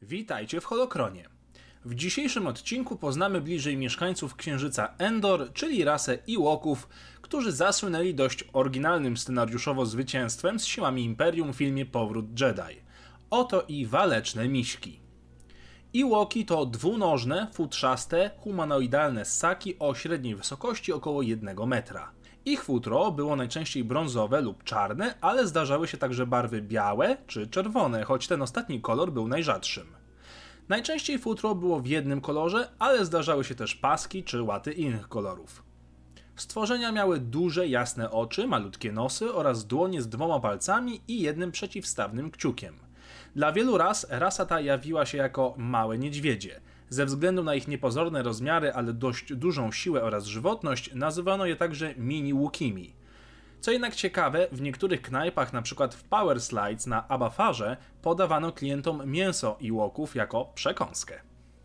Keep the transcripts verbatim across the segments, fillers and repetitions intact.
Witajcie w Holokronie. W dzisiejszym odcinku poznamy bliżej mieszkańców księżyca Endor, czyli rasę Ewoków, którzy zasłynęli dość oryginalnym scenariuszowo zwycięstwem z siłami Imperium w filmie Powrót Jedi. Oto i waleczne miśki. Ewoki to dwunożne, futrzaste, humanoidalne ssaki o średniej wysokości około jednego metra. Ich futro było najczęściej brązowe lub czarne, ale zdarzały się także barwy białe czy czerwone, choć ten ostatni kolor był najrzadszym. Najczęściej futro było w jednym kolorze, ale zdarzały się też paski czy łaty innych kolorów. Stworzenia miały duże, jasne oczy, malutkie nosy oraz dłonie z dwoma palcami i jednym przeciwstawnym kciukiem. Dla wielu ras rasa ta jawiła się jako małe niedźwiedzie. Ze względu na ich niepozorne rozmiary, ale dość dużą siłę oraz żywotność, nazywano je także mini-Wookieemi. Co jednak ciekawe, w niektórych knajpach, np. w Power Slides na Abafarze, podawano klientom mięso Ewoków jako przekąskę.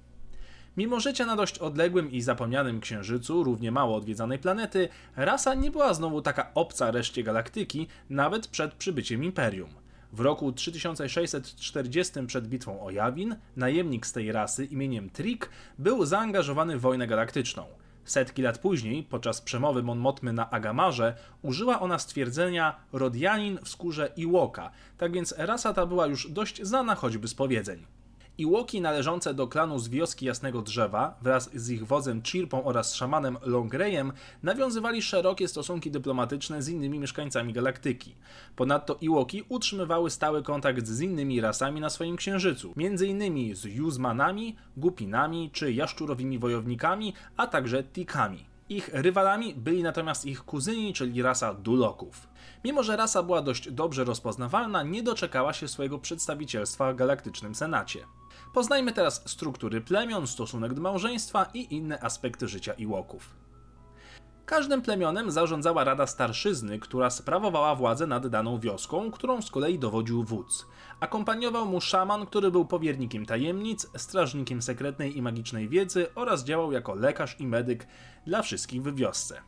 Mimo życia na dość odległym i zapomnianym księżycu, równie mało odwiedzanej planety, rasa nie była znowu taka obca reszcie galaktyki, nawet przed przybyciem Imperium. W roku trzy tysiące sześćset czterdziestym przed bitwą o Yavin, najemnik z tej rasy imieniem Trik był zaangażowany w wojnę galaktyczną. Setki lat później, podczas przemowy Mon Mothmy na Agamarze, użyła ona stwierdzenia Rodianin w skórze Ewoka, tak więc rasa ta była już dość znana choćby z powiedzeń. Ewoki należące do klanu z wioski Jasnego Drzewa, wraz z ich wodzem Chirpą oraz szamanem Longrejem, nawiązywali szerokie stosunki dyplomatyczne z innymi mieszkańcami galaktyki. Ponadto Ewoki utrzymywały stały kontakt z innymi rasami na swoim księżycu, między innymi z Yuzmanami, Gupinami czy jaszczurowymi wojownikami, a także Tikami. Ich rywalami byli natomiast ich kuzyni, czyli rasa Duloków. Mimo że rasa była dość dobrze rozpoznawalna, nie doczekała się swojego przedstawicielstwa w Galaktycznym Senacie. Poznajmy teraz struktury plemion, stosunek do małżeństwa i inne aspekty życia Ewoków. Każdym plemionem zarządzała Rada Starszyzny, która sprawowała władzę nad daną wioską, którą z kolei dowodził wódz. Akompaniował mu szaman, który był powiernikiem tajemnic, strażnikiem sekretnej i magicznej wiedzy oraz działał jako lekarz i medyk dla wszystkich w wiosce.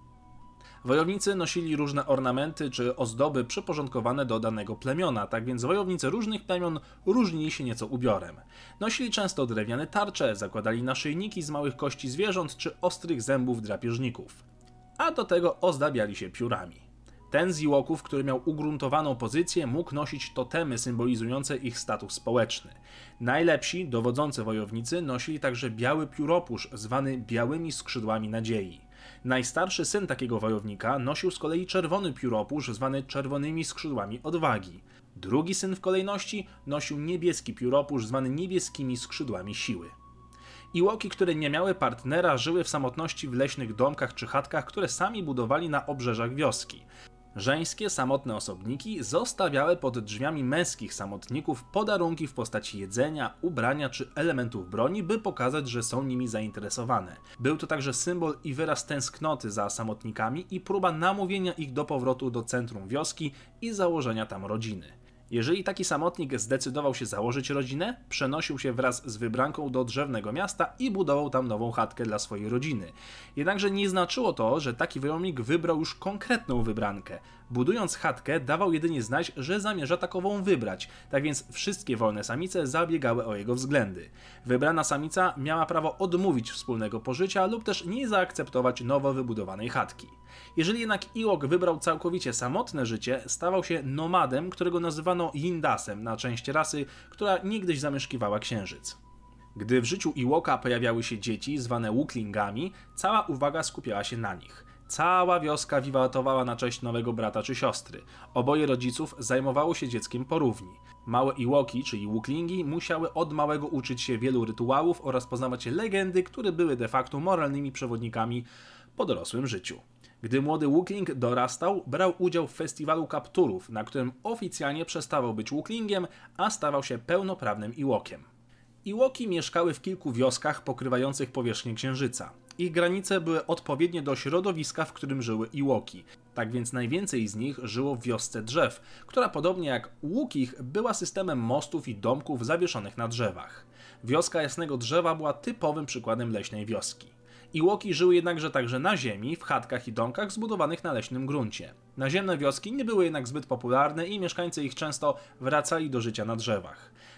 Wojownicy nosili różne ornamenty czy ozdoby przyporządkowane do danego plemiona, tak więc wojownicy różnych plemion różnili się nieco ubiorem. Nosili często drewniane tarcze, zakładali naszyjniki z małych kości zwierząt czy ostrych zębów drapieżników. A do tego ozdabiali się piórami. Ten z Ewoków, który miał ugruntowaną pozycję, mógł nosić totemy symbolizujące ich status społeczny. Najlepsi, dowodzący wojownicy nosili także biały pióropusz, zwany białymi skrzydłami nadziei. Najstarszy syn takiego wojownika nosił z kolei czerwony pióropusz, zwany czerwonymi skrzydłami odwagi. Drugi syn w kolejności nosił niebieski pióropusz, zwany niebieskimi skrzydłami siły. Ewoki, które nie miały partnera, żyły w samotności w leśnych domkach czy chatkach, które sami budowali na obrzeżach wioski. Żeńskie, samotne osobniki zostawiały pod drzwiami męskich samotników podarunki w postaci jedzenia, ubrania czy elementów broni, by pokazać, że są nimi zainteresowane. Był to także symbol i wyraz tęsknoty za samotnikami i próba namówienia ich do powrotu do centrum wioski i założenia tam rodziny. Jeżeli taki samotnik zdecydował się założyć rodzinę, przenosił się wraz z wybranką do drzewnego miasta i budował tam nową chatkę dla swojej rodziny. Jednakże nie znaczyło to, że taki wojownik wybrał już konkretną wybrankę. Budując chatkę, dawał jedynie znać, że zamierza takową wybrać, tak więc wszystkie wolne samice zabiegały o jego względy. Wybrana samica miała prawo odmówić wspólnego pożycia lub też nie zaakceptować nowo wybudowanej chatki. Jeżeli jednak Ewok wybrał całkowicie samotne życie, stawał się nomadem, którego nazywano Yindasem na część rasy, która niegdyś zamieszkiwała księżyc. Gdy w życiu Ewoka pojawiały się dzieci, zwane Wooklingami, cała uwaga skupiała się na nich. Cała wioska wiwatowała na cześć nowego brata czy siostry. Oboje rodziców zajmowało się dzieckiem porówni. Małe Ewoki, czyli Wooklingi, musiały od małego uczyć się wielu rytuałów oraz poznawać legendy, które były de facto moralnymi przewodnikami po dorosłym życiu. Gdy młody Wookling dorastał, brał udział w festiwalu kapturów, na którym oficjalnie przestawał być Wooklingiem, a stawał się pełnoprawnym Ewokiem. Ewoki mieszkały w kilku wioskach pokrywających powierzchnię Księżyca. Ich granice były odpowiednie do środowiska, w którym żyły Ewoki. Tak więc najwięcej z nich żyło w wiosce drzew, która podobnie jak Wookich była systemem mostów i domków zawieszonych na drzewach. Wioska Jasnego Drzewa była typowym przykładem leśnej wioski. Ewoki żyły jednakże także na ziemi, w chatkach i domkach zbudowanych na leśnym gruncie. Naziemne wioski nie były jednak zbyt popularne i mieszkańcy ich często wracali do życia na drzewach.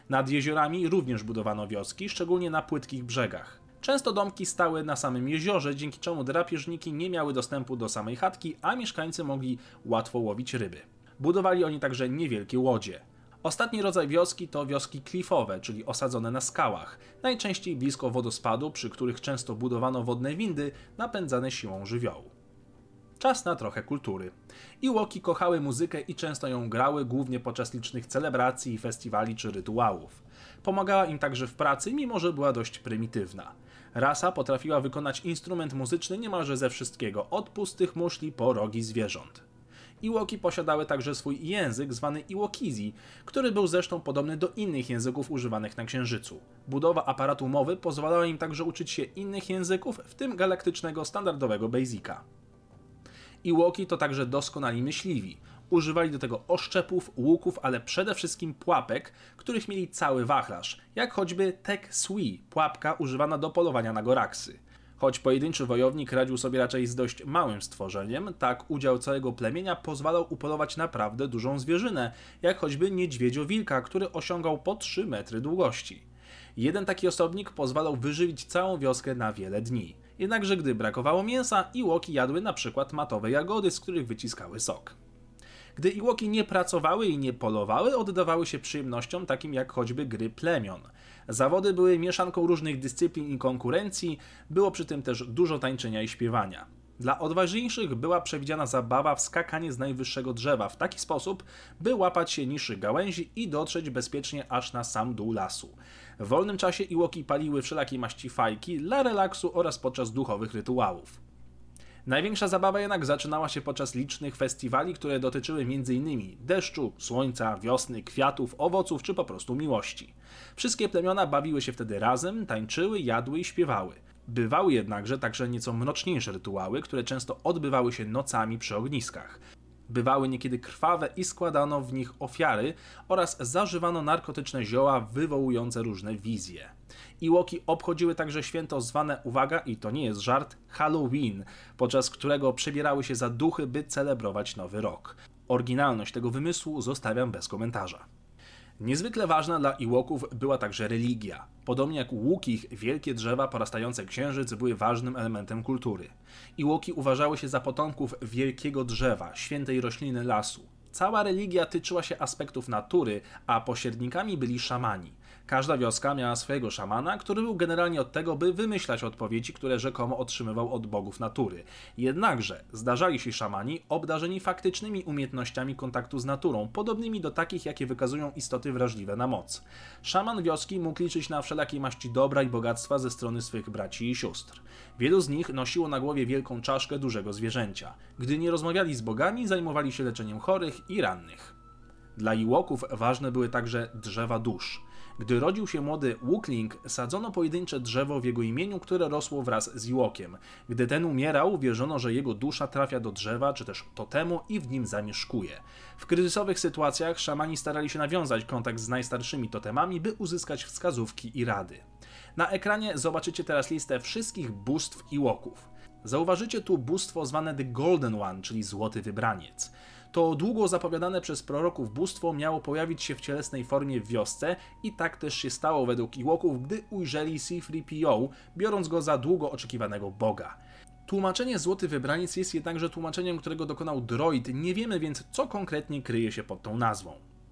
Nad jeziorami również budowano wioski, szczególnie na płytkich brzegach. Często domki stały na samym jeziorze, dzięki czemu drapieżniki nie miały dostępu do samej chatki, a mieszkańcy mogli łatwo łowić ryby. Budowali oni także niewielkie łodzie. Ostatni rodzaj wioski to wioski klifowe, czyli osadzone na skałach, najczęściej blisko wodospadu, przy których często budowano wodne windy napędzane siłą żywiołu. Czas na trochę kultury. Iłoki kochały muzykę i często ją grały, głównie podczas licznych celebracji, festiwali czy rytuałów. Pomagała im także w pracy, mimo że była dość prymitywna. Rasa potrafiła wykonać instrument muzyczny niemalże ze wszystkiego, od pustych muszli po rogi zwierząt. Iłoki posiadały także swój język zwany Iłokizi, który był zresztą podobny do innych języków używanych na Księżycu. Budowa aparatu mowy pozwalała im także uczyć się innych języków, w tym galaktycznego standardowego Basica. Iłoki to także doskonali myśliwi. Używali do tego oszczepów, łuków, ale przede wszystkim pułapek, których mieli cały wachlarz, jak choćby tek sui, pułapka używana do polowania na goraksy. Choć pojedynczy wojownik radził sobie raczej z dość małym stworzeniem, tak udział całego plemienia pozwalał upolować naprawdę dużą zwierzynę, jak choćby niedźwiedzio-wilka, który osiągał po trzy metry długości. Jeden taki osobnik pozwalał wyżywić całą wioskę na wiele dni. Jednakże gdy brakowało mięsa, Iłoki jadły na przykład matowe jagody, z których wyciskały sok. Gdy Iłoki nie pracowały i nie polowały, oddawały się przyjemnościom takim jak choćby gry plemion. Zawody były mieszanką różnych dyscyplin i konkurencji, było przy tym też dużo tańczenia i śpiewania. Dla odważniejszych była przewidziana zabawa w skakanie z najwyższego drzewa w taki sposób, by łapać się niższych gałęzi i dotrzeć bezpiecznie aż na sam dół lasu. W wolnym czasie Iłoki paliły wszelakiej maści fajki dla relaksu oraz podczas duchowych rytuałów. Największa zabawa jednak zaczynała się podczas licznych festiwali, które dotyczyły między innymi deszczu, słońca, wiosny, kwiatów, owoców czy po prostu miłości. Wszystkie plemiona bawiły się wtedy razem, tańczyły, jadły i śpiewały. Bywały jednakże także nieco mroczniejsze rytuały, które często odbywały się nocami przy ogniskach. Bywały niekiedy krwawe i składano w nich ofiary oraz zażywano narkotyczne zioła wywołujące różne wizje. Iłoki obchodziły także święto zwane, uwaga, i to nie jest żart, Halloween, podczas którego przebierały się za duchy, by celebrować nowy rok. Oryginalność tego wymysłu zostawiam bez komentarza. Niezwykle ważna dla Iłoków była także religia. Podobnie jak łukich, wielkie drzewa porastające księżyc były ważnym elementem kultury. Iłoki uważały się za potomków wielkiego drzewa, świętej rośliny lasu. Cała religia tyczyła się aspektów natury, a pośrednikami byli szamani. Każda wioska miała swojego szamana, który był generalnie od tego, by wymyślać odpowiedzi, które rzekomo otrzymywał od bogów natury. Jednakże zdarzali się szamani obdarzeni faktycznymi umiejętnościami kontaktu z naturą, podobnymi do takich, jakie wykazują istoty wrażliwe na moc. Szaman wioski mógł liczyć na wszelakiej maści dobra i bogactwa ze strony swych braci i sióstr. Wielu z nich nosiło na głowie wielką czaszkę dużego zwierzęcia. Gdy nie rozmawiali z bogami, zajmowali się leczeniem chorych i rannych. Dla Iłoków ważne były także drzewa dusz. Gdy rodził się młody Łukling, sadzono pojedyncze drzewo w jego imieniu, które rosło wraz z Iłokiem. Gdy ten umierał, wierzono, że jego dusza trafia do drzewa czy też totemu i w nim zamieszkuje. W kryzysowych sytuacjach szamani starali się nawiązać kontakt z najstarszymi totemami, by uzyskać wskazówki i rady. Na ekranie zobaczycie teraz listę wszystkich bóstw Iłoków. Zauważycie tu bóstwo zwane The Golden One, czyli Złoty Wybraniec. To długo zapowiadane przez proroków bóstwo miało pojawić się w cielesnej formie w wiosce i tak też się stało według Iłoków, gdy ujrzeli C trzy P O, biorąc go za długo oczekiwanego boga. Tłumaczenie Złoty Wybraniec jest jednakże tłumaczeniem, którego dokonał droid, nie wiemy więc, co konkretnie kryje się pod tą nazwą.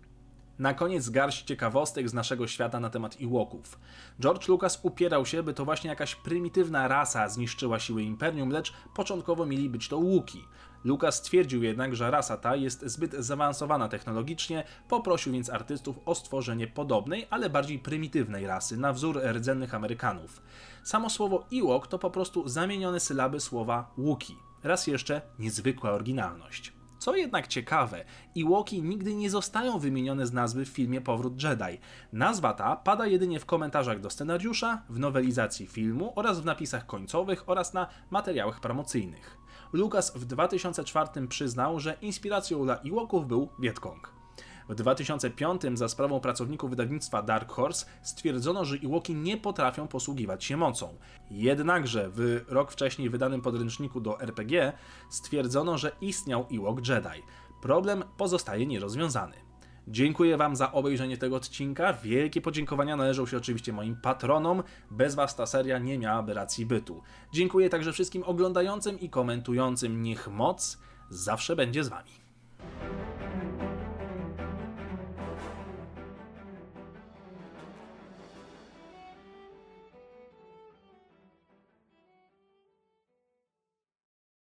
Na koniec garść ciekawostek z naszego świata na temat Iłoków. George Lucas upierał się, by to właśnie jakaś prymitywna rasa zniszczyła siły Imperium, lecz początkowo mieli być to Łuki. Lucas stwierdził jednak, że rasa ta jest zbyt zaawansowana technologicznie, poprosił więc artystów o stworzenie podobnej, ale bardziej prymitywnej rasy, na wzór rdzennych Amerykanów. Samo słowo Iłok to po prostu zamienione sylaby słowa Łuki. Raz jeszcze niezwykła oryginalność. Co jednak ciekawe, Iłoki nigdy nie zostają wymienione z nazwy w filmie Powrót Jedi. Nazwa ta pada jedynie w komentarzach do scenariusza, w nowelizacji filmu oraz w napisach końcowych oraz na materiałach promocyjnych. Lucas w dwa tysiące czwartym przyznał, że inspiracją dla Iłoków był Wietkong. W dwa tysiące piątym za sprawą pracowników wydawnictwa Dark Horse stwierdzono, że Iłoki nie potrafią posługiwać się mocą. Jednakże w rok wcześniej wydanym podręczniku do R P G stwierdzono, że istniał Iłok Jedi. Problem pozostaje nierozwiązany. Dziękuję Wam za obejrzenie tego odcinka. Wielkie podziękowania należą się oczywiście moim patronom. Bez Was ta seria nie miałaby racji bytu. Dziękuję także wszystkim oglądającym i komentującym. Niech moc zawsze będzie z Wami.